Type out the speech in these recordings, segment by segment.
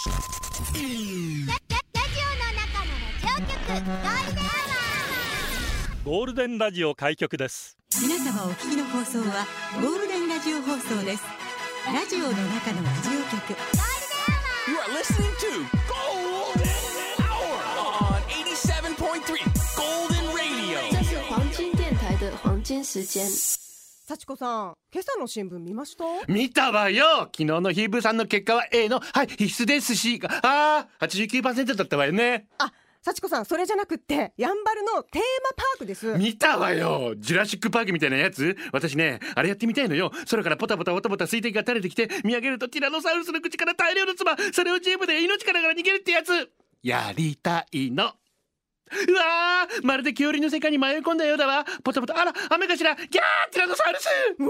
ゴールデンラジオ開局です。 皆様お聞きの放送はゴールデンラジオ放送です。ラジオの中のラジオ局。 You are listening to Golden Hour on 87.3 Golden Radio。 这是黄金電台的黄金時間。 幸子さん、今朝の新聞見ました？ 見たわよ。昨日のヒーブーさんの結果は A の必須ですし、89% だったわよね。 幸子さん、それじゃなくってやんばるのテーマパークです。 見たわよ。ジュラシックパークみたいなやつ。私ね、あれやってみたいのよ。空からポタポタポタポタ水滴が垂れてきて、見上げるとティラノサウルスの口から大量の唾、それをジープで命から逃げるってやつやりたいの。うわー、まるで恐竜の世界に迷い込んだようだわ。ポタポタ、あら雨かしら。ギャーティラノサウルス。う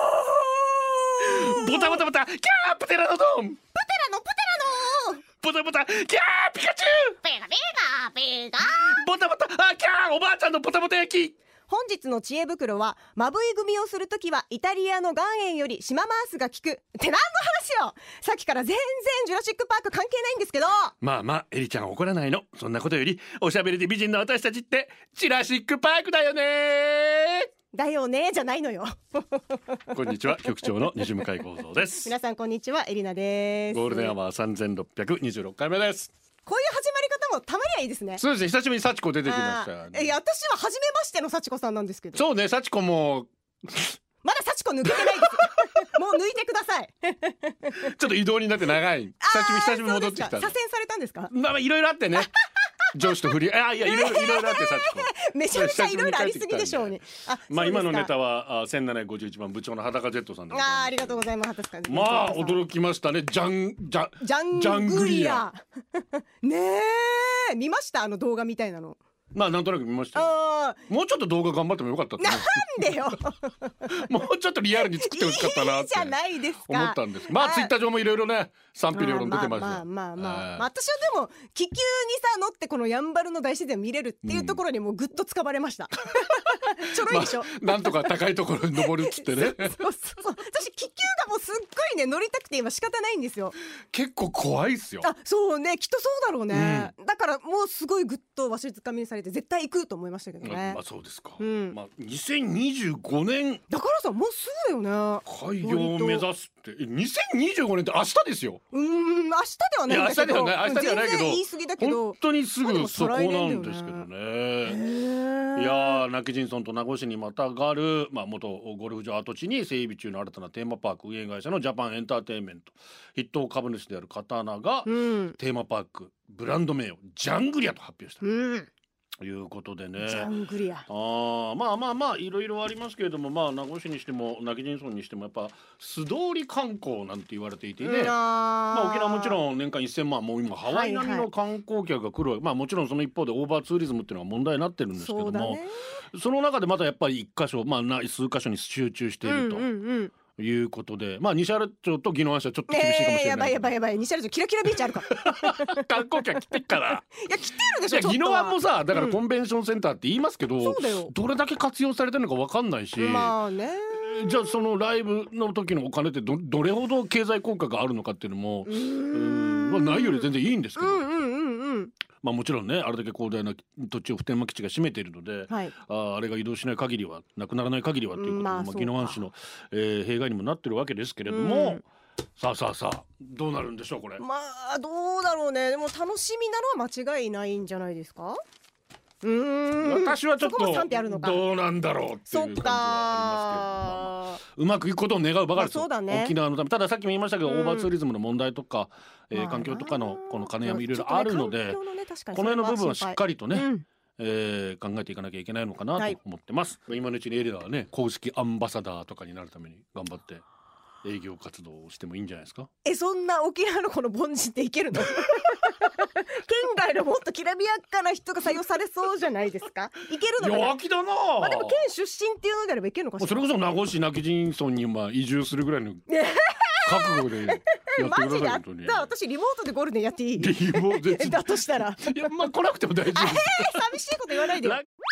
おー、ボタボタボタ、ギャープテラノドン。プテラノボタボタ、キャーピカチュウ。ペガペガペガ。ボタボタ、キャーおばあちゃんのボタボタ焼き。 本日の知恵袋は、まぶい組をするときはイタリアの岩塩より島マースが効くって何の話よ。さっきから全然ジュラシックパーク関係ないんですけど。まあエリちゃん怒らないの。そんなことよりおしゃべりで美人の私たちってジュラシックパークだよね。 だよねじゃないのよ。 こんにちは、局長の西向井幸三です。 皆さんこんにちは、エリナです。 ゴールデンアワー3626回目です。 こういう始まり方もたまにはいいですね。 そうですね、久しぶりに幸子出てきました。 私は初めましての幸子さんなんですけど。 そうね、幸子もまだ幸子抜けてないですもう抜いてください。 ちょっと移動になって長い。久しぶりに戻ってきた。 左遷されたんですか？ いろいろあってね。上司と振り、いろいろあって幸子。 めちゃめちゃいろいろありすぎでしょうね。 今のネタは1751番部長の裸ジェットさんでございます。 ありがとうございます。 驚きましたね。ジャングリアねえ、見ました？動画みたいなの。 なんとなく見ましたよ。もうちょっと動画頑張ってもよかったってね。 なんでよ。もうちょっとリアルに作ってほしかったなっていいじゃないですか思ったんです。ツイッター上もいろいろね、賛否両論出てますよ。 私はでも気球に乗ってこのやんばるの大自然見れるっていうところにもうぐっとつかまれました。ちょろいでしょ。 なんとか高いところに登るっつってね。 そう私気球がもうすっごいね乗りたくて今仕方ないんですよ。 結構怖いっすよ。 そうね、きっとそうだろうね。だからもうすごいぐっとわしづかみにされて絶対行くと思いましたけどね。 そうですか。2025年だからさ、もうすぐだよね。 開業を目指すって2025年って明日ですよ。 明日ではないんだけど。 明日ではないけど、 言い過ぎだけど本当にすぐそこなんですけどね。いやー、泣き人村と名護市にまたがる、元ゴルフ場跡地に整備中の新たなテーマパーク運営会社のジャパンエンターテインメント筆頭株主である刀が、テーマパークブランド名をジャングリアと発表した。ということでね。 ジャングリア。 いろいろありますけれども、名護市にしても泣き人村にしてもやっぱ素通り観光なんて言われていてね。沖縄もちろん年間1000万、もう今ハワイ並みの観光客が来る。もちろんその一方でオーバーツーリズムっていうのが問題になってるんですけども、その中でまたやっぱり一箇所、数箇所に集中していると。いうことで、西原町と宜野湾市はちょっと厳しいかもしれない。やばい、西原町キラキラビーチあるから観光客来てっから。いや来てるでしょ。宜野湾もさ、だからコンベンションセンターって言いますけど、どれだけ活用されてるのか分かんないし、じゃあそのライブの時のお金ってどれほど経済効果があるのかっていうのもないより全然いいんですけど、もちろんね、あれだけ広大な土地を普天間基地が占めているので、あれが移動しない限りは、なくならない限りはということで、宜野湾市の、弊害にもなってるわけですけれども、さあどうなるんでしょうこれ。どうだろうね。でも楽しみなのは間違いないんじゃないですか。 私はちょっとどうなんだろうっていう感じはありますけど、うまくいくことを願うばかりです。沖縄のため。たださっきも言いましたけど、オーバーツーリズムの問題とか、環境とかのこの兼ね合いもいろいろあるので、この辺の部分はしっかりとね、考えていかなきゃいけないのかなと思ってます。今のうちにエリナはね、公式アンバサダーとかになるために頑張って営業活動をしてもいいんじゃないですか。 そんな沖縄のこの凡人っていけるの？県外のもっときらびやかな人が採用されそうじゃないですか。いけるのかな。 弱気だな。 でも県出身っていうのであればいけるのかしら。 それこそ名護市泣き人村に移住するぐらいの覚悟でやってください。本当に。 私リモートでゴールデンやっていい？ リモートだとしたらいや来なくても大丈夫。 寂しいこと言わないで。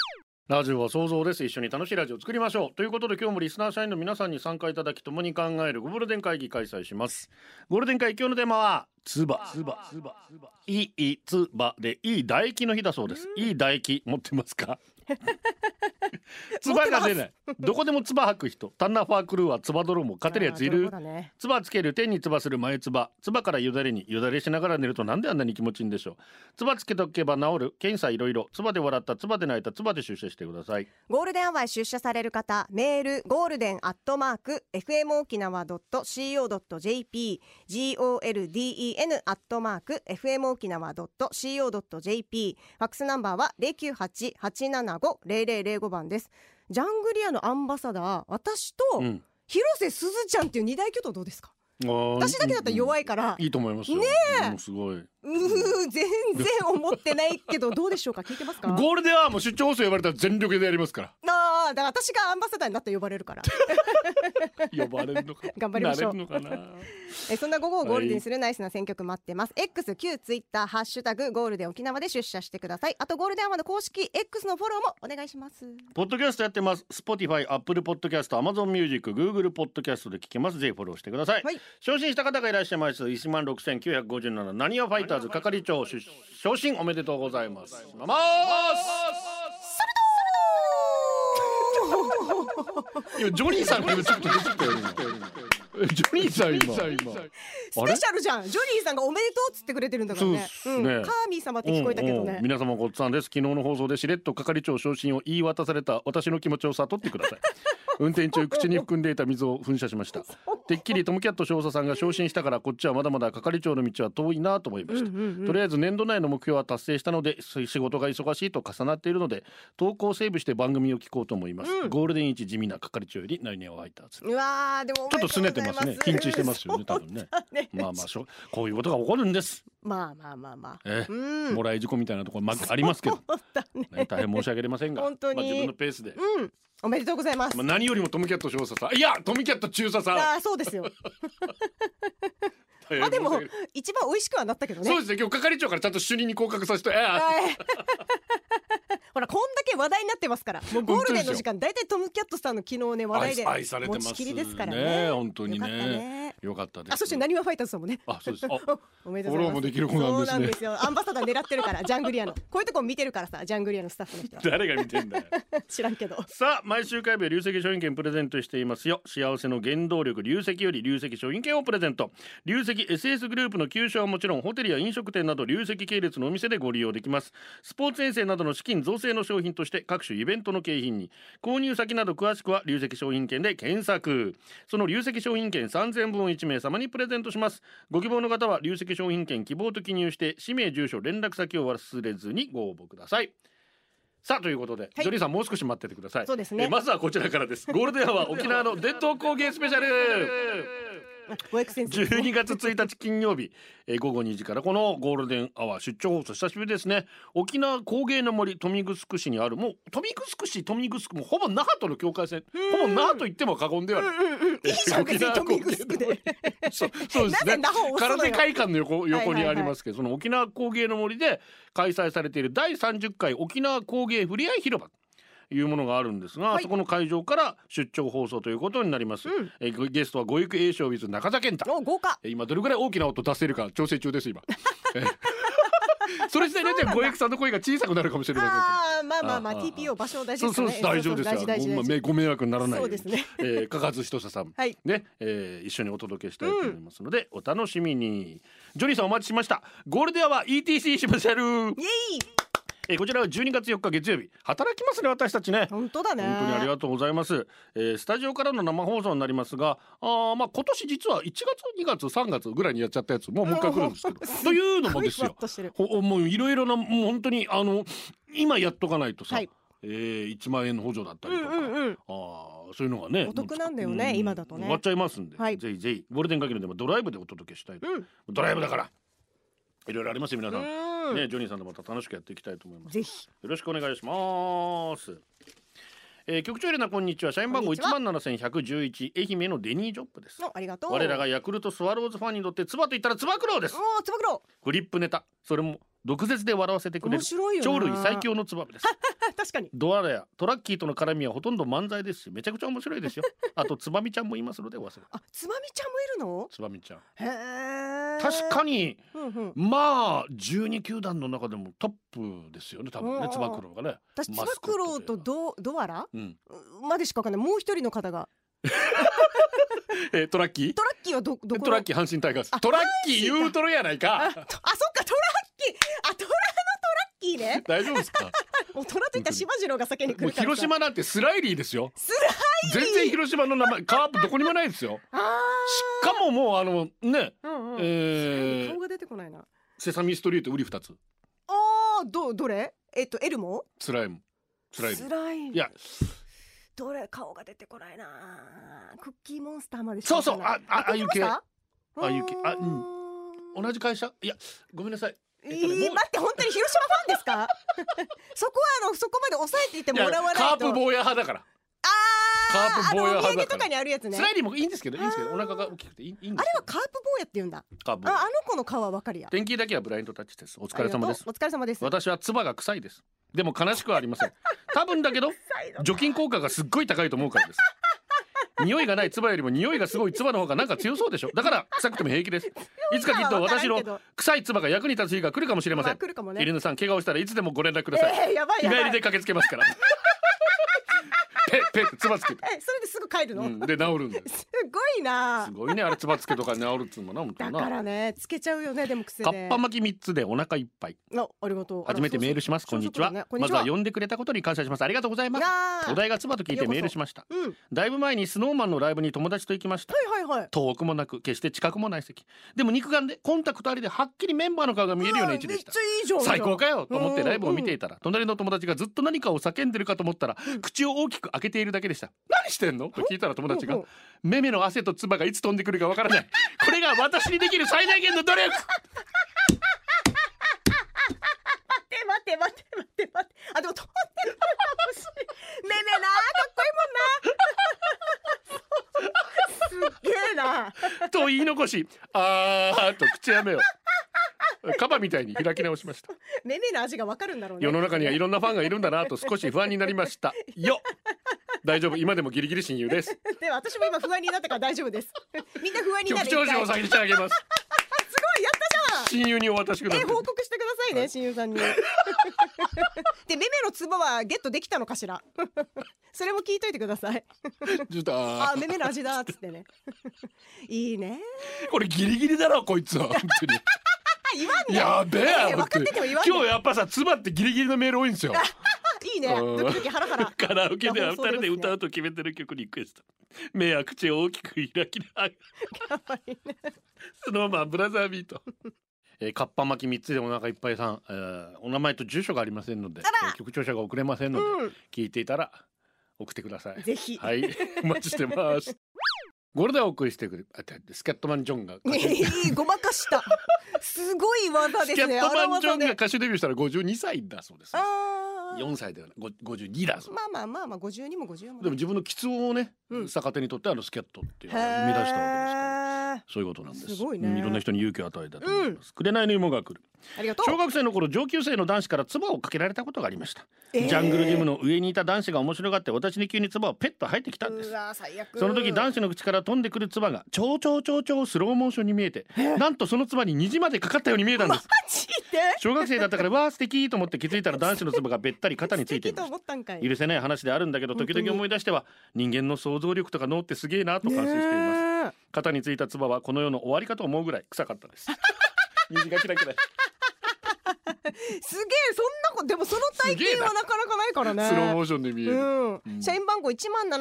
ラジオは想像です。一緒に楽しいラジオを作りましょうということで、今日もリスナー社員の皆さんに参加いただき、共に考えるゴールデン会議開催します。ゴールデン会議、今日のテーマはつば。いいつばでいい唾液の日だそうです。いい唾液持ってますか？つばが出ない。どこでもつば吐く人、タンナーファークルーはつば泥棒勝てるやついる？つばつける、天につばする前つば、つばからよだれに、よだれしながら寝るとなんであんなに気持ちいいんでしょう。つばつけとけば治る、検査いろいろ。つばで笑った、つばで泣いた、つばで出社してください。 ゴールデンアワー出社される方、メールゴールデン@fmokinawa.co.jp golden@fmokinawa.co.jp ファックスナンバーは 098-875-0005 番です。ジャングリアのアンバサダー、私と広瀬すずちゃんっていう二大巨頭どうですか？私だけだったら弱いから、 いいと思いますよ。 ねえ、すごい。 全然思ってないけどどうでしょうか？聞いてますか？ ゴールデンはもう出張放送呼ばれたら全力でやりますから。 だから私がアンバサダーになったら呼ばれるから呼ばれるのか頑張りましょう。 なれるのかな。 そんな午後をゴールデンにするナイスな選曲待ってます。X、旧ツイッター、ハッシュタグゴールデン沖縄で出社してください。あとゴールデンアワーの公式 X のフォローもお願いします。 ポッドキャストやってます。 Spotify、Apple Podcast、Amazon Music、Google Podcast で聞けます。ぜひフォローしてください、はい。昇進した方がいらっしゃいます。16,957なにわファイターズ係長昇進おめでとうございます。いやジョニーさんがちょっと出てきたよね。ジョニーさん今スペシャルじゃん。ジョニーさんがおめでとうっつってくれてるんだからね。カーミー様って聞こえたけどね。 皆様ごっつぁんです。昨日の放送でしれっと係長昇進を言い渡された私の気持ちを悟ってください。運転中口に含んでいた水を噴射しました。てっきりトムキャット少佐さんが昇進したからこっちはまだまだ係長の道は遠いなと思いました、とりあえず年度内の目標は達成したので、仕事が忙しいと重なっているので投稿をセーブして番組を聞こうと思います、ゴールデン一地味な係長よりナイネオファイターズ。 うわー、でもちょっと拗ねてますね。緊張してますよね多分ね。まあこういうことが起こるんです。 まあもらい事故みたいなところありますけど、大変申し訳ありませんが、 本当に自分のペースで、 おめでとうございます。 何よりもトムキャット少佐さん、いやトムキャット中佐さん、 そうですよでも一番美味しくはなったけどね。 そうですね。今日係長からちゃんと主任に降格させてほらこんだけ話題になってますから、もうゴールデンの時間だいたいトムキャットさんの昨日ね話題で愛されてます持ちきりですからね。 本当にね、よかったです。 そしてなにわファイターズさんもね、 そうです。 おめでとうございます。フォローもできる子なんですね。 そうなんですよ。アンバサダー狙ってるからジャングリアのこういうとこ見てるからさ、ジャングリアのスタッフの人は。 誰が見てんだよ知らんけど。 さあ毎週火曜日は流石商品券プレゼントしていますよ。幸せの原動力流石より流石商品券をプレゼント。流石 SS グループの旧車はもちろんホテルや飲食店など流石系列のお店でご利用できます。スポーツ遠征などの資金造成の商品として各種イベントの景品に、購入先など詳しくは流石商品券で検索。その流石商品券3000分を1名様にプレゼントします。ご希望の方は流石商品券希望と記入して氏名住所連絡先を忘れずにご応募ください。さあということで、ジョニーさんもう少し待っててください。 そうですね。 まずはこちらからです。ゴールデンは沖縄の伝統工芸スペシャル12月1日金曜日、午後2時からこのゴールデンアワー出張放送久しぶりですね。沖縄工芸の森豊見城市にある、もう豊見城もほぼ那覇との境界線、ほぼ那覇と言っても過言ではない。 いいじゃん別に豊見城でそうですね。空手会館の横にありますけど、その沖縄工芸の森で開催されている第30回沖縄工芸ふれあい広場いうものがあるんですが、そこの会場から出張放送ということになります、ゲストは五育栄翔 with 中田健太。 豪華。 今どれぐらい大きな音出せるか調整中です今それ自体によっては五育さんの声が小さくなるかもしれません。 まあ TPO 場所大事ですね。 そう大丈夫ですよ。ご迷惑にならないように。 そうですね。 かかずひとささんね、一緒にお届けしたいと思いますので、お楽しみに。ジョニーさんお待ちしました。ゴールデンは ETC スペシャル。 イエイ。 こちらは12月4日月曜日、働きますね私たちね。 本当だね。 本当にありがとうございます、スタジオからの生放送になりますが、今年実は1月2月3月ぐらいにやっちゃったやつもう一回来るんですけどというのもですよ、もういろいろな、もう本当に今やっとかないとさ、1万円の補助だったりとか、そういうのがねお得なんだよね、今だとね終わっちゃいますんで、ぜひぜひゴールデンかけるでもドライブでお届けしたい、ドライブだからいろいろありますよ皆さんね。ジョニーさんとまた楽しくやっていきたいと思います。 ぜひよろしくお願いします。局長エレナこんにちは。社員番号17111愛媛のデニージョップです。 ありがとう。 我らがヤクルトスワローズファンにとってつばと言ったらつば九郎です。 つば九郎。 フリップネタ、それも毒舌で笑わせてくれる鳥類最強のつばめです。 確かにドアラやトラッキーとの絡みはほとんど漫才ですし、めちゃくちゃ面白いですよ。あとつばみちゃんもいますので忘れ。 あ、つばみちゃんもいるの？ つばみちゃんへえ。 確かに、 うんうん、 まあ12球団の中でもトップですよね、多分ね。つば九郎がね。 私つば九郎とドアラ、 うん、 までしかわかんない。もう一人の方がトラッキー？ トラッキーはどこ？ トラッキー阪神タイガース。トラッキー言うとるやないか。 あ、そっか、トラッキー。あ、トラのトラッキーね。 大丈夫ですか？ もうトラといったら島次郎が先に来るから。 もう広島なんてスライリーですよ。 スライリー。 全然広島の名前カープどこにもないですよ。しかももうね、 顔が出てこないな。 セサミストリート売り2つ。 ああ、どれ？エルモ？ スライム。スライム。いや。 どれ顔が出てこないな。クッキーモンスターまで。 そうそう、ああいう系。ああいう系。同じ会社？いや、ごめんなさい。 待って、本当に広島ファンですか？そこはそこまで抑えていてもらわないと。 カープ坊や派だから。カープ坊や派だから。お土産とかにあるやつね。 スライリーもいいんですけど、お腹が大きくていいんです。 あれはカープ坊やって言うんだ。あの子の顔はわかるや。 天気だけはブラインドタッチです。お疲れ様です。 お疲れ様です。 私は唾が臭いです。でも悲しくはありません。多分だけど除菌効果がすっごい高いと思うからです。匂いがない唾よりも匂いがすごい唾の方がなんか強そうでしょ。だから臭くても平気です。いつかきっと私の臭い唾が役に立つ日が来るかもしれません。イリヌさん、怪我をしたらいつでもご連絡ください。日帰りで駆けつけますから。ペッつばつけて、 それですぐ帰るの、 で治るんです。 すごいな。 すごいね、あれつばつけとか治るっつうのな。 だからね、つけちゃうよね。でも癖でかっぱ巻き3つでお腹いっぱい。 ありがとう。 初めてメールします。こんにちは。まずは呼んでくれたことに感謝します。ありがとうございます。お題がつばと聞いてメールしました。だいぶ前にスノーマンのライブに友達と行きました。遠くもなく決して近くもない席でも肉眼でコンタクトありではっきりメンバーの顔が見えるような位置でした。最高かよと思ってライブを見ていたら、隣の友達がずっと何かを叫んでるかと思ったら、口を大きく開けているだけでした。何してんのと聞いたら友達が、めめの汗と唾がいつ飛んでくるかわからない。これが私にできる最大限の努力。待ってあ、でも止まってる。めめな、かっこいいもんな。すっげえなと言い残し、あーと口やめをカバみたいに開き直しました。 めめの味がわかるんだろうね。 世の中にはいろんなファンがいるんだなと少し不安になりましたよ。大丈夫、今でもギリギリ親友です。 で、私も今不安になったから大丈夫です。みんな不安になる。 局長賞を下げてあげます。 すごい、やったじゃん。 親友にお渡しください。 報告してくださいね、親友さんに。で、めめのツボはゲットできたのかしら。それも聞いといてください。あ、めめの味だっつってね。いいね。 これギリギリだろこいつは。本当に。やべえ、 分かってても言わんね。 今日やっぱさ、つばってギリギリのメール多いんですよ。 いいね。ドキドキハラハラ。 カラオケでは2人で歌うと決めてる曲リクエスト。目や口を大きく開きな。スノーマンブラザービート。かっぱ巻き3つでお腹いっぱいさん、お名前と住所がありませんので、局長者が送れませんので、聞いていたら送ってください。 ぜひ。 はい、お待ちしてます。ゴールデンお送りしてくれスキャットマンジョンがごまかした。すごい技ですね。 スキャットマンジョンが歌手デビューしたら52歳だそうです。4歳では52だそう。 まあ52も54も。 でも自分の喫音をね、逆手にとってスキャットっていうのを生み出したわけですから、そういうことなんです。 すごいね。 いろんな人に勇気を与えたと思います。紅の芋が来る。 ありがとう。 小学生の頃、上級生の男子から唾をかけられたことがありました。ジャングルジムの上にいた男子が面白がって私に急に唾をペッと入ってきたんです。その時男子の口から飛んでくる唾が超スローモーションに見えて、なんとその唾に虹までかかったように見えたんです。小学生だったからわー素敵と思って気づいたら男子の唾がべったり肩についていました。許せない話であるんだけど、時々思い出しては人間の想像力とか脳ってすげえなと感心しています。肩についた唾はこの世の終わりかと思うぐらい臭かったです。虹がキラキラ。 すげえ、そんなこと。でもその体験はなかなかないからね。 スローモーションで見える。 社員番号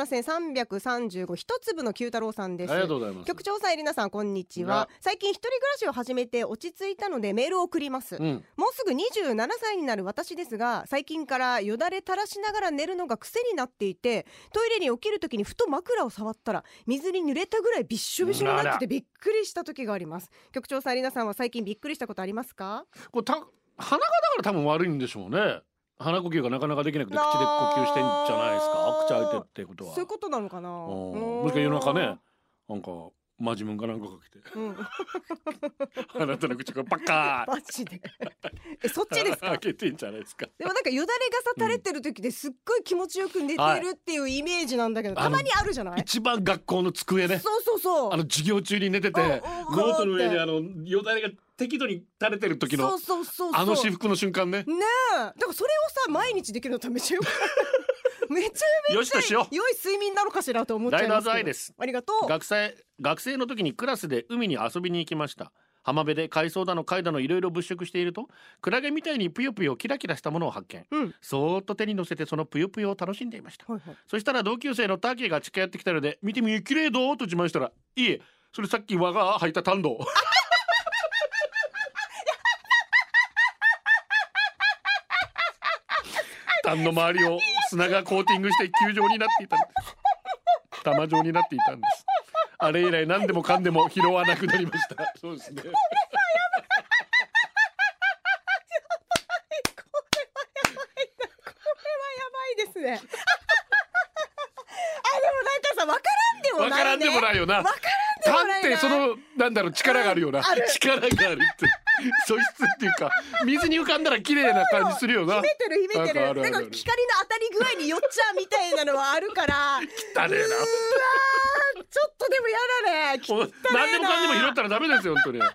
17335、一粒の九太郎さんです。 ありがとうございます。 局長さん、エリナさん、こんにちは。最近一人暮らしを始めて落ち着いたのでメールを送ります。もうすぐ27歳になる私ですが、最近からよだれ垂らしながら寝るのが癖になっていて、トイレに起きるときにふと枕を触ったら水に濡れたぐらいびっしょびしょになっててびっくりした時があります。局長さん、エリナさんは最近びっくりしたことありますか？ 鼻がだから多分悪いんでしょうね。鼻呼吸がなかなかできなくて口で呼吸してんじゃないですか。口開いてってことは。 そういうことなのかな。 もしか夜中ね、なんかマジムンかなんかかけて、 うん、 あなたの口がバカーマジでそっちですか。 開けてんじゃないですか。 でもなんかよだれがさ垂れてる時ですっごい気持ちよく寝てるっていうイメージなんだけど、たまにあるじゃない。 一番学校の机ね、 そうそうそう、 授業中に寝ててノートの上によだれが適度に垂れてる時のそう至福の瞬間ね。 ねえ、だからそれをさ毎日できるのってめっちゃよくめちゃめちゃよしとしよう。 良い睡眠なのかしらと思っちゃいますけど。 ライダーズアイです。 ありがとう。 学生の時にクラスで海に遊びに行きました。浜辺で海藻だの貝だのいろいろ物色しているとクラゲみたいにぷよぷよキラキラしたものを発見、そーっと手に乗せてそのぷよぷよを楽しんでいました、そしたら同級生のターキーが近寄ってきたので見てみきれいどーと自慢したら、いいえそれさっき我が履いたタンドタンの周りを砂がコーティングして球状になっていたんです。玉状になっていたんです。あれ以来何でもかんでも拾わなくなりました。そうですね。これはやばいですね。あ、でもなんかさ、わからんでもないね。 わからんでもないよな。タンってそのなんだろう力があるよな。力があるって素質っていうか水に浮かんだら綺麗な感じするよな。 秘めてるなんか光の当たり具合によっちゃうみたいなのはあるから汚ねえな。 ちょっとでもやだね。 何でもかんでも拾ったらダメですよ本当に。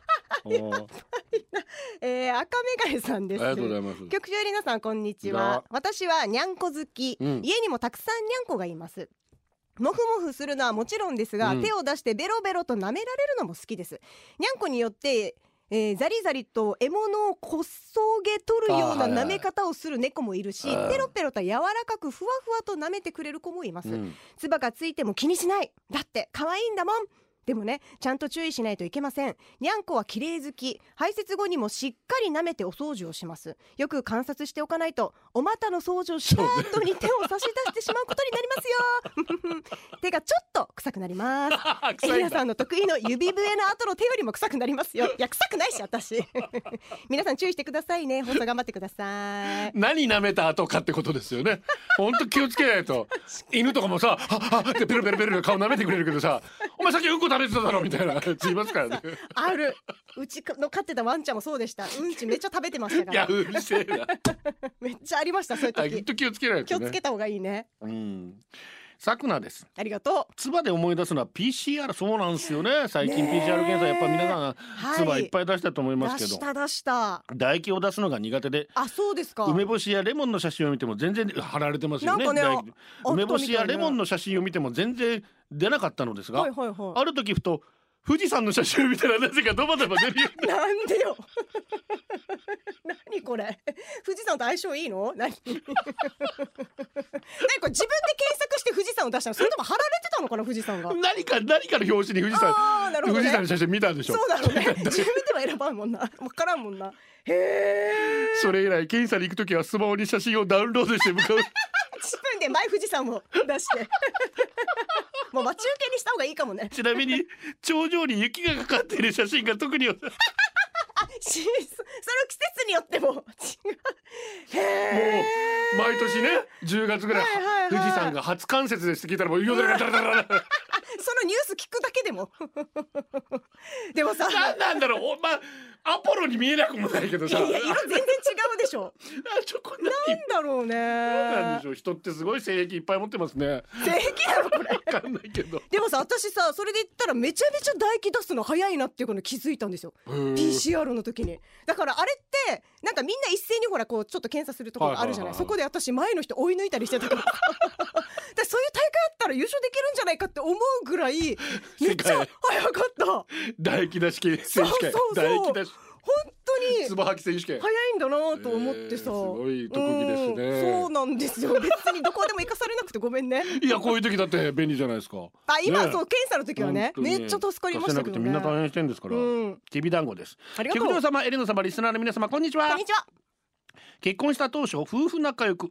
赤メガネさんです。 ありがとうございます。 局長エリナさんこんにちは。私はにゃんこ好き、家にもたくさんにゃんこがいます。モフモフするのはもちろんですが、手を出してベロベロと舐められるのも好きです。にゃんこによってザリザリと獲物をこそげ取るような舐め方をする猫もいるし、ペロペロと柔らかくふわふわと舐めてくれる子もいます。唾がついても気にしない。だって可愛いんだもん。でもね、ちゃんと注意しないといけません。にゃんこは綺麗好き。排泄後にもしっかり舐めてお掃除をします。よく観察しておかないとお股の掃除をした後に手を差し出してしまうことになりますよ手がちょっと臭くなりますエリナさんの得意の指笛の後の手よりも臭くなりますよ。いや臭くないし私皆さん注意してくださいね。放送頑張ってください。 何舐めた後かってことですよね。本当気をつけないと。犬とかもさはってペロペロペロ顔舐めてくれるけどさ、お前さっきうんこ食べてただろみたいな言いますからね。 ある。うちの飼ってたワンちゃんもそうでした。うんちめっちゃ食べてましたから。 いやうるせえなめっちゃありましたそういう時。 きっと気をつけないとね。 気をつけた方がいいね。 さくなです。 ありがとう。 唾で思い出すのは PCR。 そうなんですよね。最近 PCR 検査やっぱ皆さん唾いっぱい出したと思いますけど、 出した唾液を出すのが苦手で、 あ、そうですか。 梅干しやレモンの写真を見ても全然貼られてますよね。梅干しやレモンの写真を見ても全然出なかったのですが、ある時ふと富士山の写真を見たらなぜかドバドバ出るよなんでよ何これ富士山と相性いいの？何これ自分で検索して富士山を出したの？それとも貼られてたのかな富士山が。 何かの表紙に富士山、富士山の写真見たんでしょ。 そうだろうね自分では選ばんもんな。分からんもんな。へえ。 それ以来検査に行くときはスマホに写真をダウンロードして向かう自分でマイ富士山を出してもう待ち受けにした方がいいかもね。 ちなみに頂上に雪がかかっている写真が特にその季節によっても違う。 へー。もう毎年ね10月ぐらい、富士山が初冠雪ですって聞いたらもうよだれがダラダラダラそのニュース聞くだけでもでもさなんだろう、アポロに見えなくもないけどさ、 いや色全然違うでしょなんだろうね。 なんでしょう、人ってすごい性癖いっぱい持ってますね。 性癖なのこれ分かんないけど。 でもさ私さそれで言ったらめちゃめちゃ唾液出すの早いなっていうの気づいたんですよ PCR の時に。だからあれってなんかみんな一斉にほらこうちょっと検査するところがあるじゃない、そこで私前の人追い抜いたりしてたからでそういう大会あったら優勝できるんじゃないかって思うぐらいめっちゃ早かった唾液出し系選手権。唾液出し本当につば吐き選手権早いんだなと思ってさ、 すごい特技ですね。 そうなんですよ。別にどこでも生かされなくてごめんねいやこういう時だって便利じゃないですか。 今そう検査の時はねめっちゃ助かりましたけどね。 みんな大変してるんですから。きびだんごです。局長様、エレナ様、リスナーの皆様こんにちは。 こんにちは。 結婚した当初夫婦仲良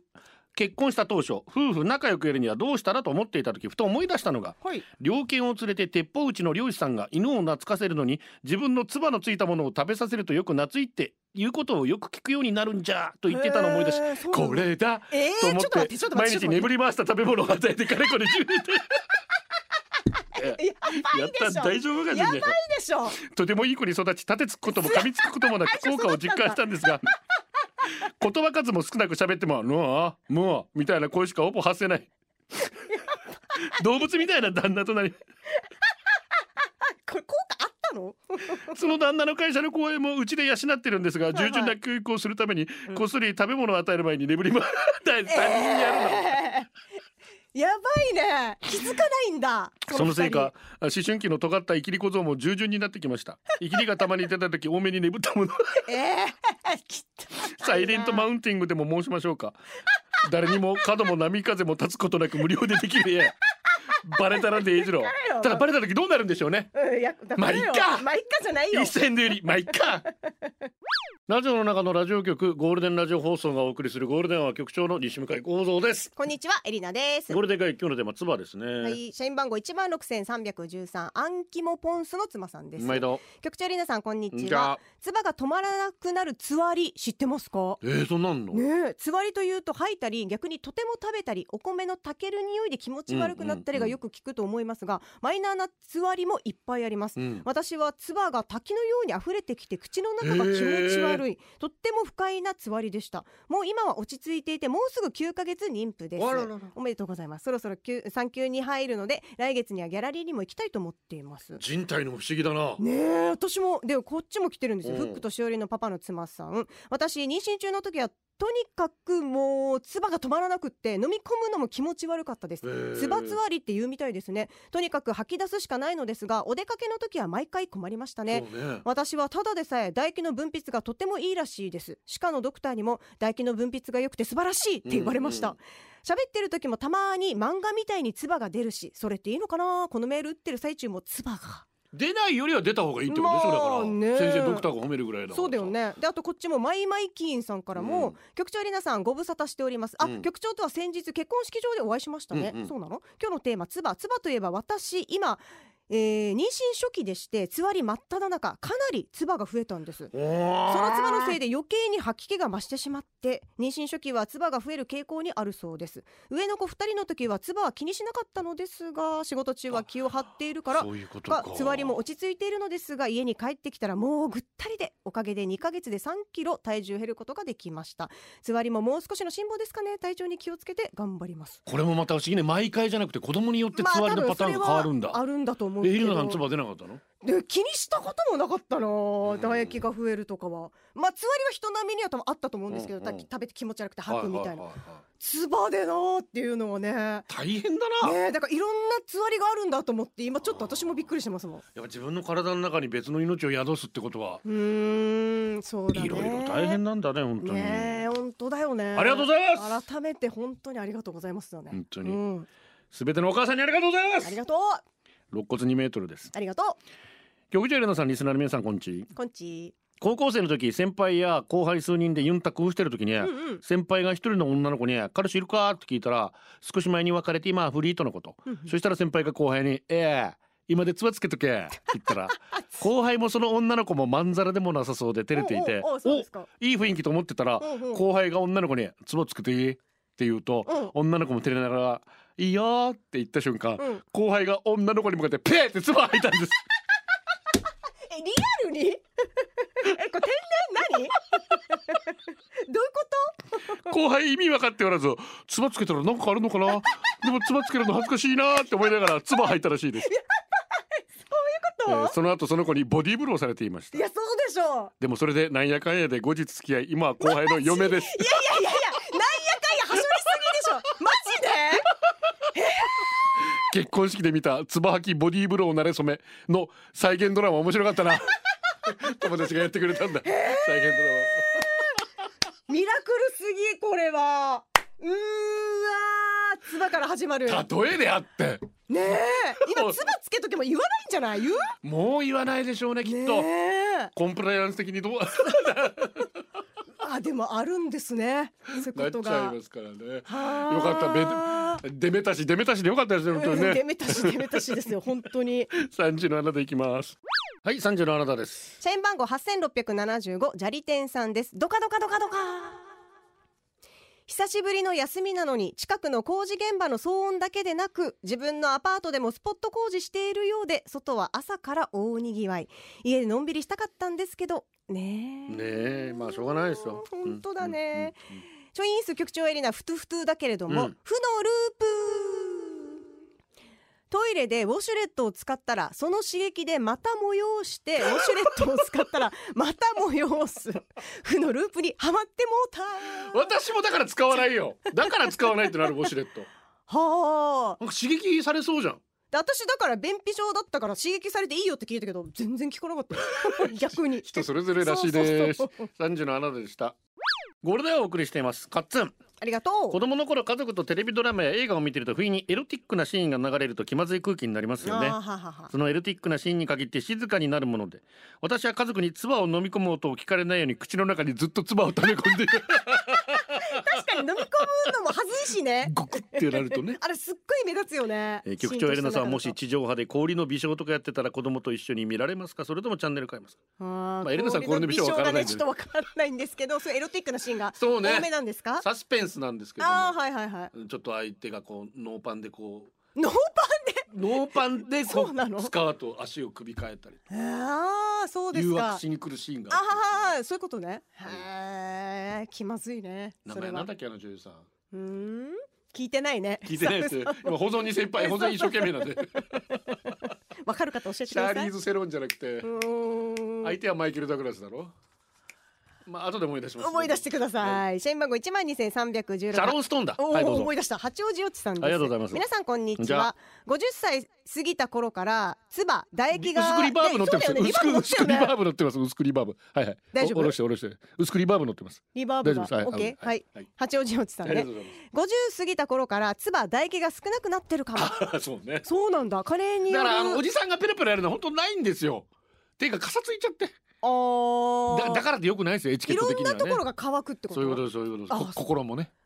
くやるにはどうしたらと思っていた時ふと思い出したのが、猟犬を連れて鉄砲打ちの猟師さんが犬を懐かせるのに自分の唾のついたものを食べさせるとよく懐いていうことをよく聞くようになるんじゃと言ってたのを思い出し、これだと思って毎日眠り回した食べ物を与えてかれこれ10年やった大丈夫かやばいでしょ。 とてもいい子に育ち立てつくことも噛みつくこともなく効果を実感したんですが言葉数も少なく喋ってももうみたいな声しかほぼ発せない動物みたいな旦那となりこれ効果あったの？ その旦那の会社の後輩もうちで養ってるんですが、従順な教育をするためにこっそり食べ物を与える前に眠りま他人にやるの、 やばいね。気づかないんだ。 そのせいか思春期の尖ったイキリ小僧も従順になってきました。イキリがたまに出た時多めに眠ったものサイレントマウンティングでも申しましょうか。誰にも角も波風も立つことなく無料でできる家バレたらでいいじろ。ただバレた時どうなるんでしょうね。まあいっかじゃないよ。 一銭でよりまあいっかラジオの中のラジオ局ゴールデンラジオ放送がお送りするゴールデンは局長の西向井光三です。 こんにちは、エリナです。 ゴールデン会今日のテーマ妻ですね。 はい、社員番号16313アンキモポンスの妻さんです。 毎度局長エリナさんこんにちは。唾が止まらなくなるつわり知ってますか？ そんなんのね。つわりというと吐いたり逆にとても食べたりお米の炊ける匂いで気持ち悪くなったりがよく聞くと思いますが、マイナーなつわりもいっぱいあります。私は唾が滝のように溢れてきて口の中が気持ち悪い、とっても不快なつわりでした。もう今は落ち着いていてもうすぐ9ヶ月妊婦です。おめでとうございます。そろそろ産休に入るので来月にはギャラリーにも行きたいと思っています。 人体の不思議だな。 ねえ、私もでこっちも来てるんですよ。フックとしおりのパパの妻さん。私妊娠中の時はとにかくもう唾が止まらなくって飲み込むのも気持ち悪かったです。唾つわりって言うみたいですね。とにかく吐き出すしかないのですがお出かけの時は毎回困りましたね。私はただでさえ唾液の分泌がとてもいいらしいです。歯科のドクターにも唾液の分泌が良くて素晴らしいって言われました。喋ってる時もたまに漫画みたいに唾が出るし、それっていいのかな。このメール打ってる最中も唾が出ないよりは出た方がいいってことでしょ。だから、先生ドクターが褒めるぐらいだから。 そうだよね。であとこっちもマイマイキーンさんからも、局長りなさんご無沙汰しております。局長とは先日結婚式場でお会いしましたね。そうなの。今日のテーマ唾といえば私今妊娠初期でしてつわり真っ只中かなり唾が増えたんです。その唾のせいで余計に吐き気が増してしまって妊娠初期は唾が増える傾向にあるそうです。上の子2人の時は唾は気にしなかったのですが仕事中は気を張っているからつわりも落ち着いているのですが家に帰ってきたらもうぐったりでおかげで2ヶ月で3キロ体重減ることができました。つわりももう少しの辛抱ですかね。体調に気をつけて頑張ります。 これもまた不思議ね。毎回じゃなくて子供によってつわりのパターンが変わるんだ。 あるんだと思う。 エリナさん唾出なかったの？ で気にしたこともなかったな。唾液が増えるとかはつわりは人並みには多分あったと思うんですけど、食べて気持ち悪くて吐くみたいな。唾でなーっていうのはね大変だな。 だからいろんなつわりがあるんだと思って今ちょっと私もびっくりしてますもん。 やっぱ自分の体の中に別の命を宿すってことはそうだね。 いろいろ大変なんだね本当に。 本当だよね。 ありがとうございます。 改めて本当にありがとうございますよね。 本当に、全てのお母さんにありがとうございます。 ありがとう。 肋骨2メートルです。 ありがとう。 局長エレナさん、リスナーの皆さんこんち高校生の時先輩や後輩数人でユンタクしてる時に、先輩が一人の女の子に彼氏いるかって聞いたら少し前に別れて今はフリーとのこと、そしたら先輩が後輩に今でつばつけとけって言ったら後輩もその女の子もまんざらでもなさそうで照れていていい雰囲気と思ってたら後輩が女の子につばつけていいって言うと、女の子も照れながらいいよって言った瞬間、後輩が女の子に向かってペーってつば吐いたんです。 リアルにこれ天然何どういうこと後輩意味分かっておらずつばつけたらなんかあるのかなでもつばつけるの恥ずかしいなって思いながらつば吐いたらしいです。 そういうこと、 その後その子にボディーブローされていました。 いやそうでしょう。 でもそれでなんやかんやで後日付き合い今は後輩の嫁です。 いやなんやかんやはしょりすぎでしょマジで結婚式で見たつば吐きボディーブローなれそめの再現ドラマ面白かったな。友達がやってくれたんだ再現ドラマ。ミラクルすぎこれは。つばから始まる例えであってねえ今つばつけとけも言わないんじゃない？ もう言わないでしょうねきっと。コンプライアンス的にどうでもあるんですね。そういうことがなっちゃいますからね。よかったデメタシでよかったですよ本当にね。 デメタシですよ本当に。 3時のあなたいきます。はい3時のあなたです。 社員番号8675砂利店さんです。ドカドカドカドカ。 久しぶりの休みなのに近くの工事現場の騒音だけでなく自分のアパートでもスポット工事しているようで外は朝から大にぎわい。家でのんびりしたかったんですけどねえまあしょうがないですよ。 本当だね。チョインス局長エリナふとふとだけれども、負のループ。トイレでウォシュレットを使ったらその刺激でまた催してウォシュレットを使ったらまた催す負のループにはまってもうた。 私もだから使わないよ。だから使わないってなるウォシュレット。 はあ、 なんか刺激されそうじゃん。 私だから便秘症だったから刺激されていいよって聞いたけど全然聞かなかった逆に人それぞれらしいです。 そうそうそう 3時のあなたでした。ゴールデンをお送りしていますカッツン。 ありがとう。 子供の頃家族とテレビドラマや映画を見てると不意にエロティックなシーンが流れると気まずい空気になりますよね。 はははそのエロティックなシーンに限って静かになるもので、私は家族に唾を飲み込む音を聞かれないように口の中にずっと唾を溜め込んでいる確かに飲み込むのも恥ずいしねゴクってなるとねあれすっごい目立つよね。 局長エレナさんはもし地上波で氷の美少とかやってたら子供と一緒に見られますか、それともチャンネル変えますか。 まエレナさん氷の美少は分からないんでちょっと分からないんですけどそういうエロティックなシーンがそうね多めなんですか。 サスペンスなんですけども、 はいはいはい。 ちょっと相手がこうノーパンでこうノーノーパンでこそうなのスカート足を首変えたりああそうです誘か。 惑しに来るシーンがああそういうことね。へえ気まずいね。 名それは前なんだっけあの女優さん。 聞いてないね。 聞いてないです今保存に先輩保存一生懸命なんでわかる方教えてくシださい。 ャーリーズ・セロンじゃなくて相手はマイケル・ダグラスだろ。まあ後で思い出します、 思い出してください。社員番号12316。 シャロン・ストーンだ。 おーはいどうぞ。 思い出した。八王子よっちさんです。 ありがとうございます。 皆さんこんにちじゃは。50歳過ぎた頃から唾唾液が薄くリバーブ乗ってます。 ねそうだよね薄くリバーブ乗ってます。薄くリバーブ。はいはい。 大丈夫おろしておろして。薄くリバーブ乗ってます。 リバーブが大丈夫です。 オッケーはいはい。 八王子よっちさんねありがとうござい 50過ぎた頃から唾唾液が少なくなってるかも。 ます。そうね。 そうなんだ。加齢によるだからおじさんがペラペラやるのは本当ないんですよ。ていうかかさついちゃって。だからってよくないですよ。エチケット的にはね。 いろんなところが乾くってこと。 そういうことですそういうことです。心もね。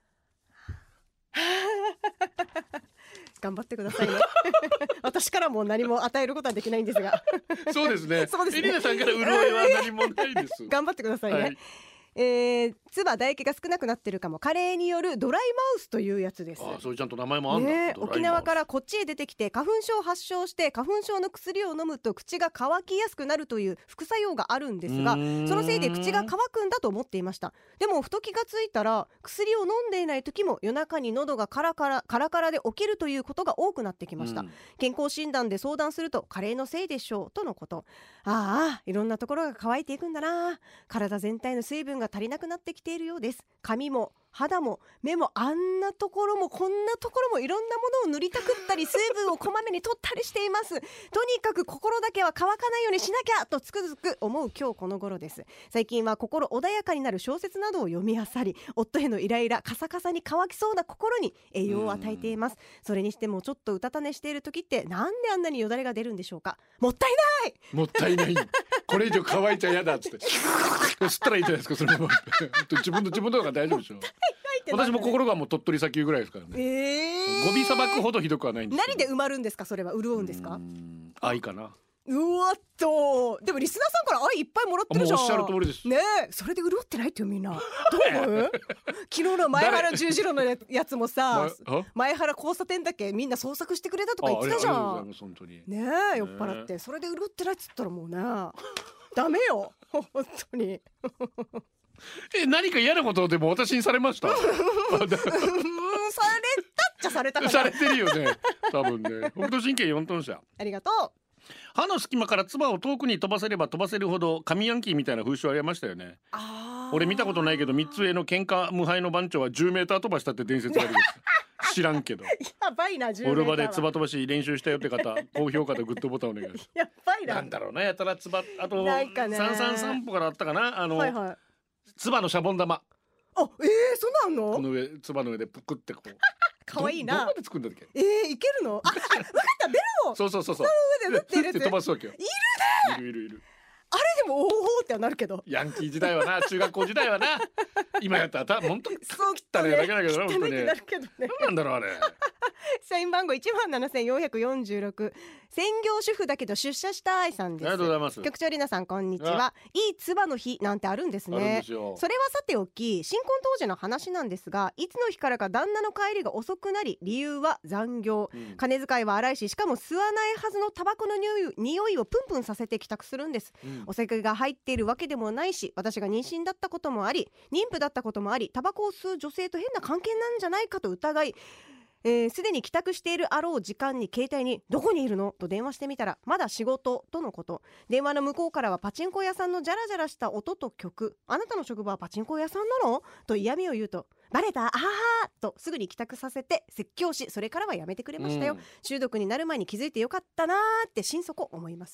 頑張ってくださいね私からも何も与えることはできないんですがそうですね。 そうですねエリナさんから潤いは何もないです。 頑張ってくださいね、 はい唾唾液が少なくなってるかも。加齢によるドライマウスというやつです。 あ、そういうちゃんと名前もあるんだ。 ね、 ドライマウス沖縄からこっちへ出てきて花粉症を発症して花粉症の薬を飲むと口が乾きやすくなるという副作用があるんですが、そのせいで口が乾くんだと思っていました。でもふと気がついたら薬を飲んでいない時も夜中に喉がカラカラで起きるということが多くなってきました。健康診断で相談すると加齢のせいでしょうとのこと。ああ、いろんなところが乾いていくんだな。体全体の水分が足りなくなってきているようです。髪も肌も目もあんなところもこんなところもいろんなものを塗りたくったり水分をこまめに取ったりしています。とにかく心だけは乾かないようにしなきゃとつくづく思う今日この頃です。最近は心穏やかになる小説などを読み漁り、夫へのイライラカサカサに乾きそうな心に栄養を与えています。それにしてもちょっとうたた寝している時ってなんであんなによだれが出るんでしょうか。もったいないもったいないこれ以上乾いちゃ嫌だっつって吸ったらいいじゃないですか。それも自分の方が大丈夫でしょ。私も心がもう鳥取砂丘ぐらいですからね。ゴビ砂漠ほどひどくはないんですけど。 何で埋まるんですか。それは潤うんですか。 愛かな。 うわっとでもリスナーさんから愛いっぱいもらってるじゃん。 もうおっしゃる通りですねえ、それで潤ってないってよみんな。どう思う昨日の前原十字路のやつもさ前原交差点だけみんな捜索してくれたとか言ってたじゃん。ねえ、酔っ払ってそれで潤ってないっつったらもうねダメよ本当に何か嫌なことでも私にされましたされたっちゃされたかな。 されてるよね多分ね。北斗神経4トン車。 ありがとう。 歯の隙間から唾を遠くに飛ばせれば飛ばせるほど神ヤンキーみたいな風習ありましたよね。俺見たことないけど3つ上の喧嘩無敗の番長は10メーター飛ばしたって伝説あるです知らんけどやばいな。10メーターはオルバで唾飛ばし練習したよって方高評価とグッドボタンお願いします。 やばいな。 なんだろうなやたら唾あとなんかね 333歩からあったかなはいはい、 唾のシャボン玉。 あ、そうなんの。 この上唾の上でプクってこう可愛いな。 どこで作るんだっけ。 いけるの。あ、分かった。ベルをそうその上で打って入れて飛ばすわけよ。いるあれでてもおおってはなるけど、 ヤンキー時代はな、中学校時代はな、今やったら本当そう汚ねえだけだけどな、本当に汚いってなるけどね。 何なんだろうあれ。 社員番号17446、専業主婦だけど出社したいさんです。 ありがとうございます。 局長りなさんこんにちは。いいつばの日なんてあるんですあるんね。 ですよ。 それはさておき、新婚当時の話なんですが、いつの日からか旦那の帰りが遅くなり、理由は残業、金遣いは荒いし、しかも吸わないはずのタバコの匂いをプンプンさせて帰宅するんです。お酒が入っているわけでもないし、私が妊娠だったこともあり、妊婦だったこともあり、タバコを吸う女性と変な関係なんじゃないかと疑い、すでに帰宅しているあろう時間に携帯にどこにいるのと電話してみたら、まだ仕事とのこと。電話の向こうからはパチンコ屋さんのジャラジャラした音と曲。あなたの職場はパチンコ屋さんなのと嫌味を言うと、バレた、あははとすぐに帰宅させて説教し、それからはやめてくれましたよ。中毒になる前に気づいてよかったなーって心底思います。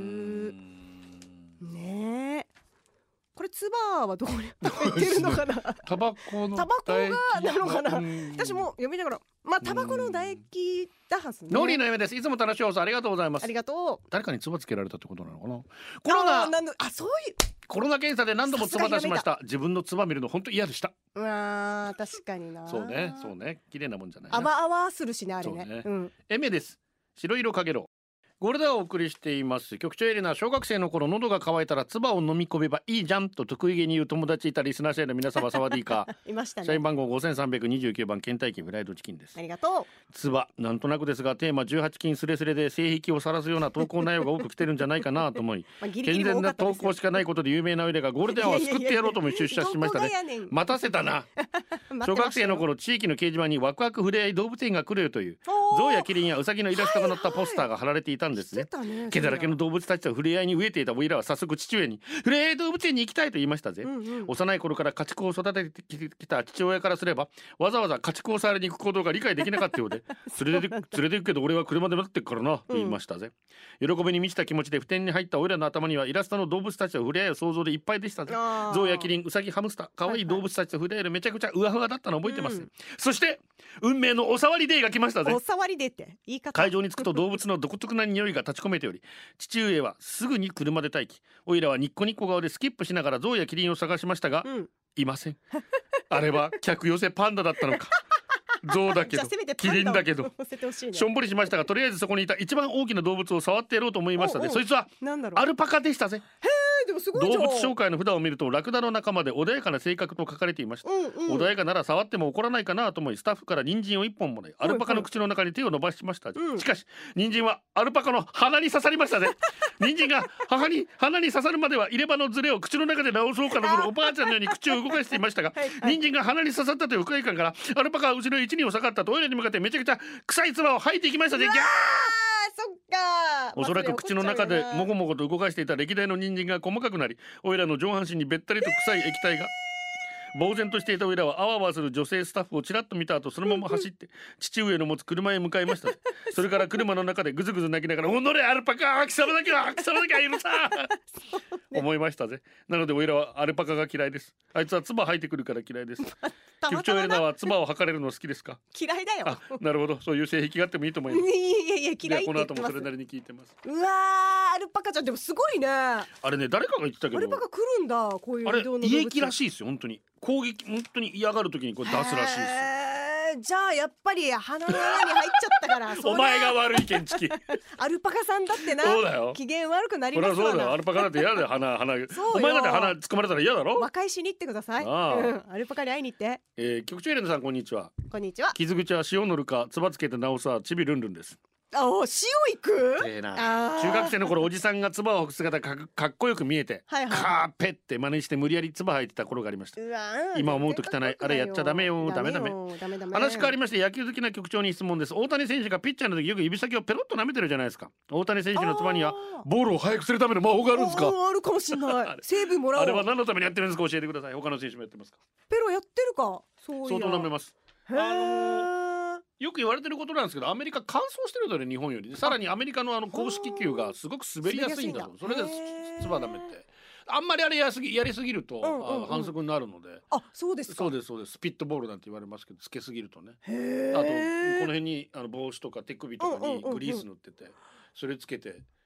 ねえ、これツバはどこに入ってるのかな。 タバコがなのかな。私も読みながら、まあタバコの唾液だはずね。 ノリの夢です。いつも楽しい放送ありがとうございます。 ありがとう。 誰かに唾つけられたってことなのかな。 そういうコロナ検査で何度も唾出しました。自分の唾見るの本当嫌でした。 確かにな。 そうね、そうね、綺麗なもんじゃないな。 あわあわするしね、あれね。 エメです。白色かげろう。ゴールデンをお送りしています。局長エレナ、小学生の頃喉が渇いたら唾を飲み込めばいいじゃんと得意げに言う友達いたリスナー社員の皆様、サワディーカいましたね。 社員番号5329番ケンタッキーフライドチキンです。 ありがとう。 唾、なんとなくですがテーマ18禁スレスレで性癖を晒すような投稿内容が多く来てるんじゃないかなと思い健全な投稿しかないことで有名なエレがゴールデンを救ってやろうとも出社しましたね。待たせたな。小学生の頃、地域の掲示板にワクワクふれあい動物園が来るよというゾウやキリンやウサギのイラストが載ったポスターが貼られていたんですね。毛だらけの動物たちと触れ合いに飢えていたおいらは早速父親に触れ合い動物園に行きたいと言いましたぜ。幼い頃から家畜を育ててきた父親からすれば、わざわざ家畜を触りに行く行動が理解できなかったようで、連れて行くけど俺は車で待ってっからなと言いましたぜ。喜びに満ちた気持ちで普天に入ったおいらの頭にはイラストの動物たちと触れ合いを想像でいっぱいでしたぜ。ゾウやキリン、ウサギ、ハムスター、可愛い動物たちと触れ合えるめちゃくちゃうわふわだったの覚えてます、そして運命のおさわりデーが来ましたぜ。 おさわりデーって言い方。会場に着くと動物の独特な匂いが立ち込めており、父上はすぐに車で待機。おいらはニッコニッコ顔でスキップしながらゾウやキリンを探しましたが、いません。あれは客寄せパンダだったのか。ゾウだけどキリンだけどしょんぼりしましたが、とりあえずそこにいた一番大きな動物を触ってやろうと思いましたね。そいつはアルパカでしたぜ。 でもすごいじゃん。 動物紹介の札を見るとラクダの仲間で穏やかな性格と書かれていました、穏やかなら触っても怒らないかなと思い、スタッフから人参を1本もらいアルパカの口の中に手を伸ばしました、しかし人参はアルパカの鼻に刺さりましたね。人参が鼻に刺さるまでは入れ歯のズレを口の中で直そうかとするおばあちゃんのように口を動かしていましたが、人参が鼻に刺さったという不快感からアルパカは後ろ1、2を下がったトイレに向かってめちゃくちゃ臭い唾を吐いていきましたね。ギャー。 そっか。 おそらく口の中でもごもごと動かしていた歴代の人参が細かくなり、おいらの上半身にべったりと臭い液体が、呆然としていたおいらはあわあわする女性スタッフをちらっと見た後、そのまま走って父上の持つ車へ向かいました、それから車の中でぐずぐず泣きながら、おのれアルパカ、貴様だけはいるさ思いましたぜ。なのでおいらはアルパカが嫌いです。あいつは唾吐いてくるから嫌いです。局長エレナは唾を吐かれるの好きですか？ 嫌いだよ。 なるほど、そういう性癖があってもいいと思います。 いや嫌いって言ってます。 この後もそれなりに聞いてます。 うわー、アルパカちゃんでもすごいね。あれね、誰かが言ってたけど、 アルパカ来るんだ、こういう移動の動物。 あれ胃液らしいですよ。本当に攻撃、本当に嫌がる時にこれ出すらしいです。 じゃあやっぱり鼻の穴に入っちゃったからお前が悪いけんちき。 アルパカさんだってな。 そうだよ。 機嫌悪くなりますわな。 そうだよ。アルパカだって嫌だよ。鼻お前だって鼻つかまれたら嫌だろ。 和解しに行ってください。アルパカに会いに行って。 局長エレナさんこんにちは。 こんにちは。 傷口は塩乗るかつばつけて直さちびるんるんです。 塩いく？ 中学生の頃おじさんが唾を吐く姿がかっこよく見えて、カーペって真似して無理やり唾吐いてた頃がありました。今思うと汚い。あれやっちゃダメよ。ダメ。話変わりまして、野球好きな局長に質問です。大谷選手がピッチャーの時よく指先をペロッと舐めてるじゃないですか。大谷選手の唾にはボールを速くするための魔法があるんですか？ あるかもしれない。成分もらおう。 あれは何のためにやってるんですか？教えてください。他の選手もやってますか？ ペロやってるか。 相当舐めます。よく言われてることなんですけど、アメリカ乾燥してるので日本より、さらにアメリカの公式球がすごく滑りやすいんだと。それで唾ダメってあんまりあれやりすぎると反則になるので。 そうですか。 そうです。スピットボールなんて言われますけど、つけすぎるとね。あとこの辺に帽子とか手首とかにグリース塗ってて、それつけて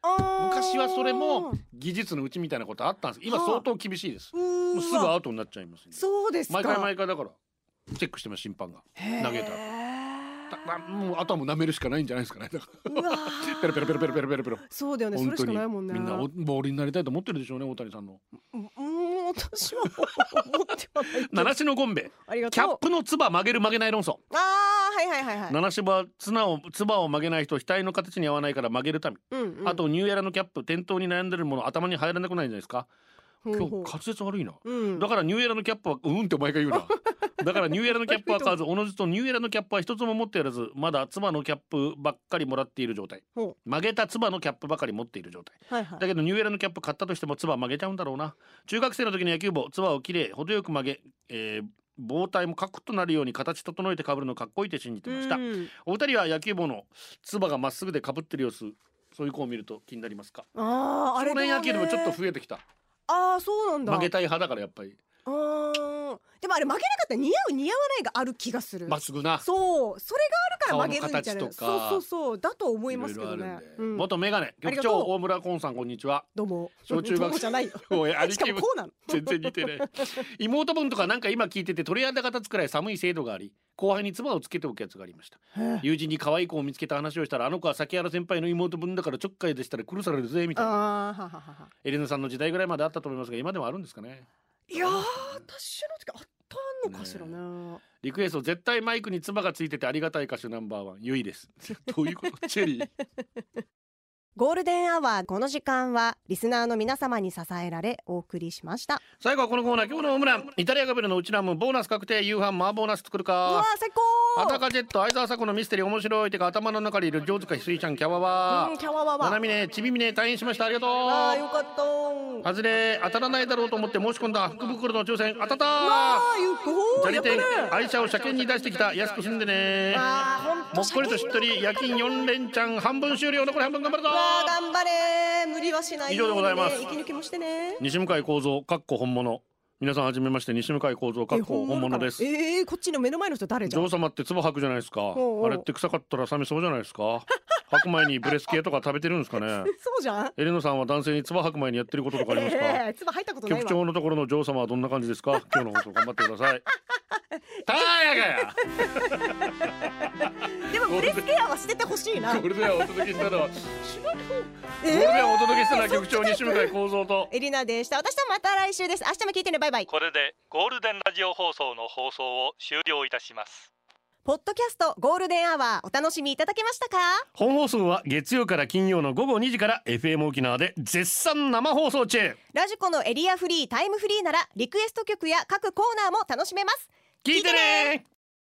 昔はそれも技術のうちみたいなことあったんです。今相当厳しいです。もうすぐアウトになっちゃいます、ね、 そうですか。 毎回だからチェックしてます、審判が投げたら。もうあとはもう舐めるしかないんじゃないですかね。だからペロペロペロペロペロペロペロ。 そうだよね、それしかないもんね。 みんなボールになりたいと思ってるでしょうね、大谷さんの。 私は思ってはない。 七種のゴンベ、キャップのつば曲げる曲げない論争。七種はつばを曲げない人、額の形に合わないから曲げるため、あとニューエラのキャップ、転倒に悩んでるもの頭に入らなくないんじゃないですか。今日滑舌悪いな、だからニューエラのキャップはってお前が言うな。だからニューエラのキャップは買わず、おのずとニューエラのキャップは一つも持ってやらず、まだつばのキャップばっかりもらっている状態。曲げたつばのキャップばかり持っている状態、だけどニューエラのキャップ買ったとしてもつば曲げちゃうんだろうな。中学生の時に野球帽つばをきれい程よく曲げ、棒体もカクッとなるように形整えて被るのかっこいいって信じてました。お二人は野球帽のつばがまっすぐで被ってる様子、そういう子を見ると気になりますか。少年野球でもちょっと増えてきた。 そうなんだ。 曲げたい派だからやっぱり。 でもあれ曲げなかったら似合う似合わないがある気がする。 まっすぐな。 そう、それがあるから曲げるんじゃない。そうだと思いますけどね。 元メガネ局長大村コンさん、こんにちは。 どうも。 小中学生じゃないよ。しかもこうなの。 全然似てね。妹分とかなんか今聞いてて鳥肌が立つくらい寒い制度があり、後輩につばをつけておくやつがありました。友人に可愛い子を見つけた話をしたら、あの子は崎原先輩の妹分だからちょっかいでしたら苦されるぜみたいな。エレナさんの時代ぐらいまであったと思いますが、今でもあるんですかね。 いやー、私の時あったのかしらね。 リクエスト、絶対マイクにつばがついててありがたい歌手ナンバーワン、ゆいです。どういうこと？チェリー。 ゴールデンアワー、この時間はリスナーの皆様に支えられお送りしました。 最後はこのコーナー、今日のホームラン。イタリアガベルのうちラムボーナス確定、夕飯マーボーナス作るか。 うわ最高。 裸ジェット、相沢佐子のミステリー面白い。てか頭の中にいる上塚ひすいちゃん、キャワワキャワワワ。 七峰ちびみね退院しました、ありがとう。 よかった。 外れ当たらないだろうと思って申し込んだ福袋の抽選、当たった。ジャリ店、愛車を車検に出してきた、安く済んでね。もっこりとしっとり、夜勤4連チャン、半分終了、残り半分頑張るぞ。 頑張れ、無理はしない。 以上でございます。 息抜きもしてね。 西向井幸三かっこ本物。皆さんはじめまして、西向井幸三かっこ本物です。 こっちの目の前の人誰じゃん。 女王様って唾吐くじゃないですか。あれって臭かったら冷めそうじゃないですか。吐く前にブレス系とか食べてるんですかね。 そうじゃん。 エレノさんは男性に唾吐く前にやってることとかありますか。 唾吐いたことないわ。 局長のところの女王様はどんな感じですか。今日の放送頑張ってください。たやがや。 でもブレスケアはしててほしいな。 これではお届けしたのはこれではお届けしたのは局長西向井幸三とエリナでした。私とまた来週です。明日も聞いてね。バイバイ。 これでゴールデンラジオ放送の放送を終了いたします。 ポッドキャストゴールデンアワー、お楽しみいただけましたか。 本放送は月曜から金曜の午後2時から FM 沖縄で絶賛生放送中。 ラジコのエリアフリータイムフリーならリクエスト曲や各コーナーも楽しめます。 聞いてね。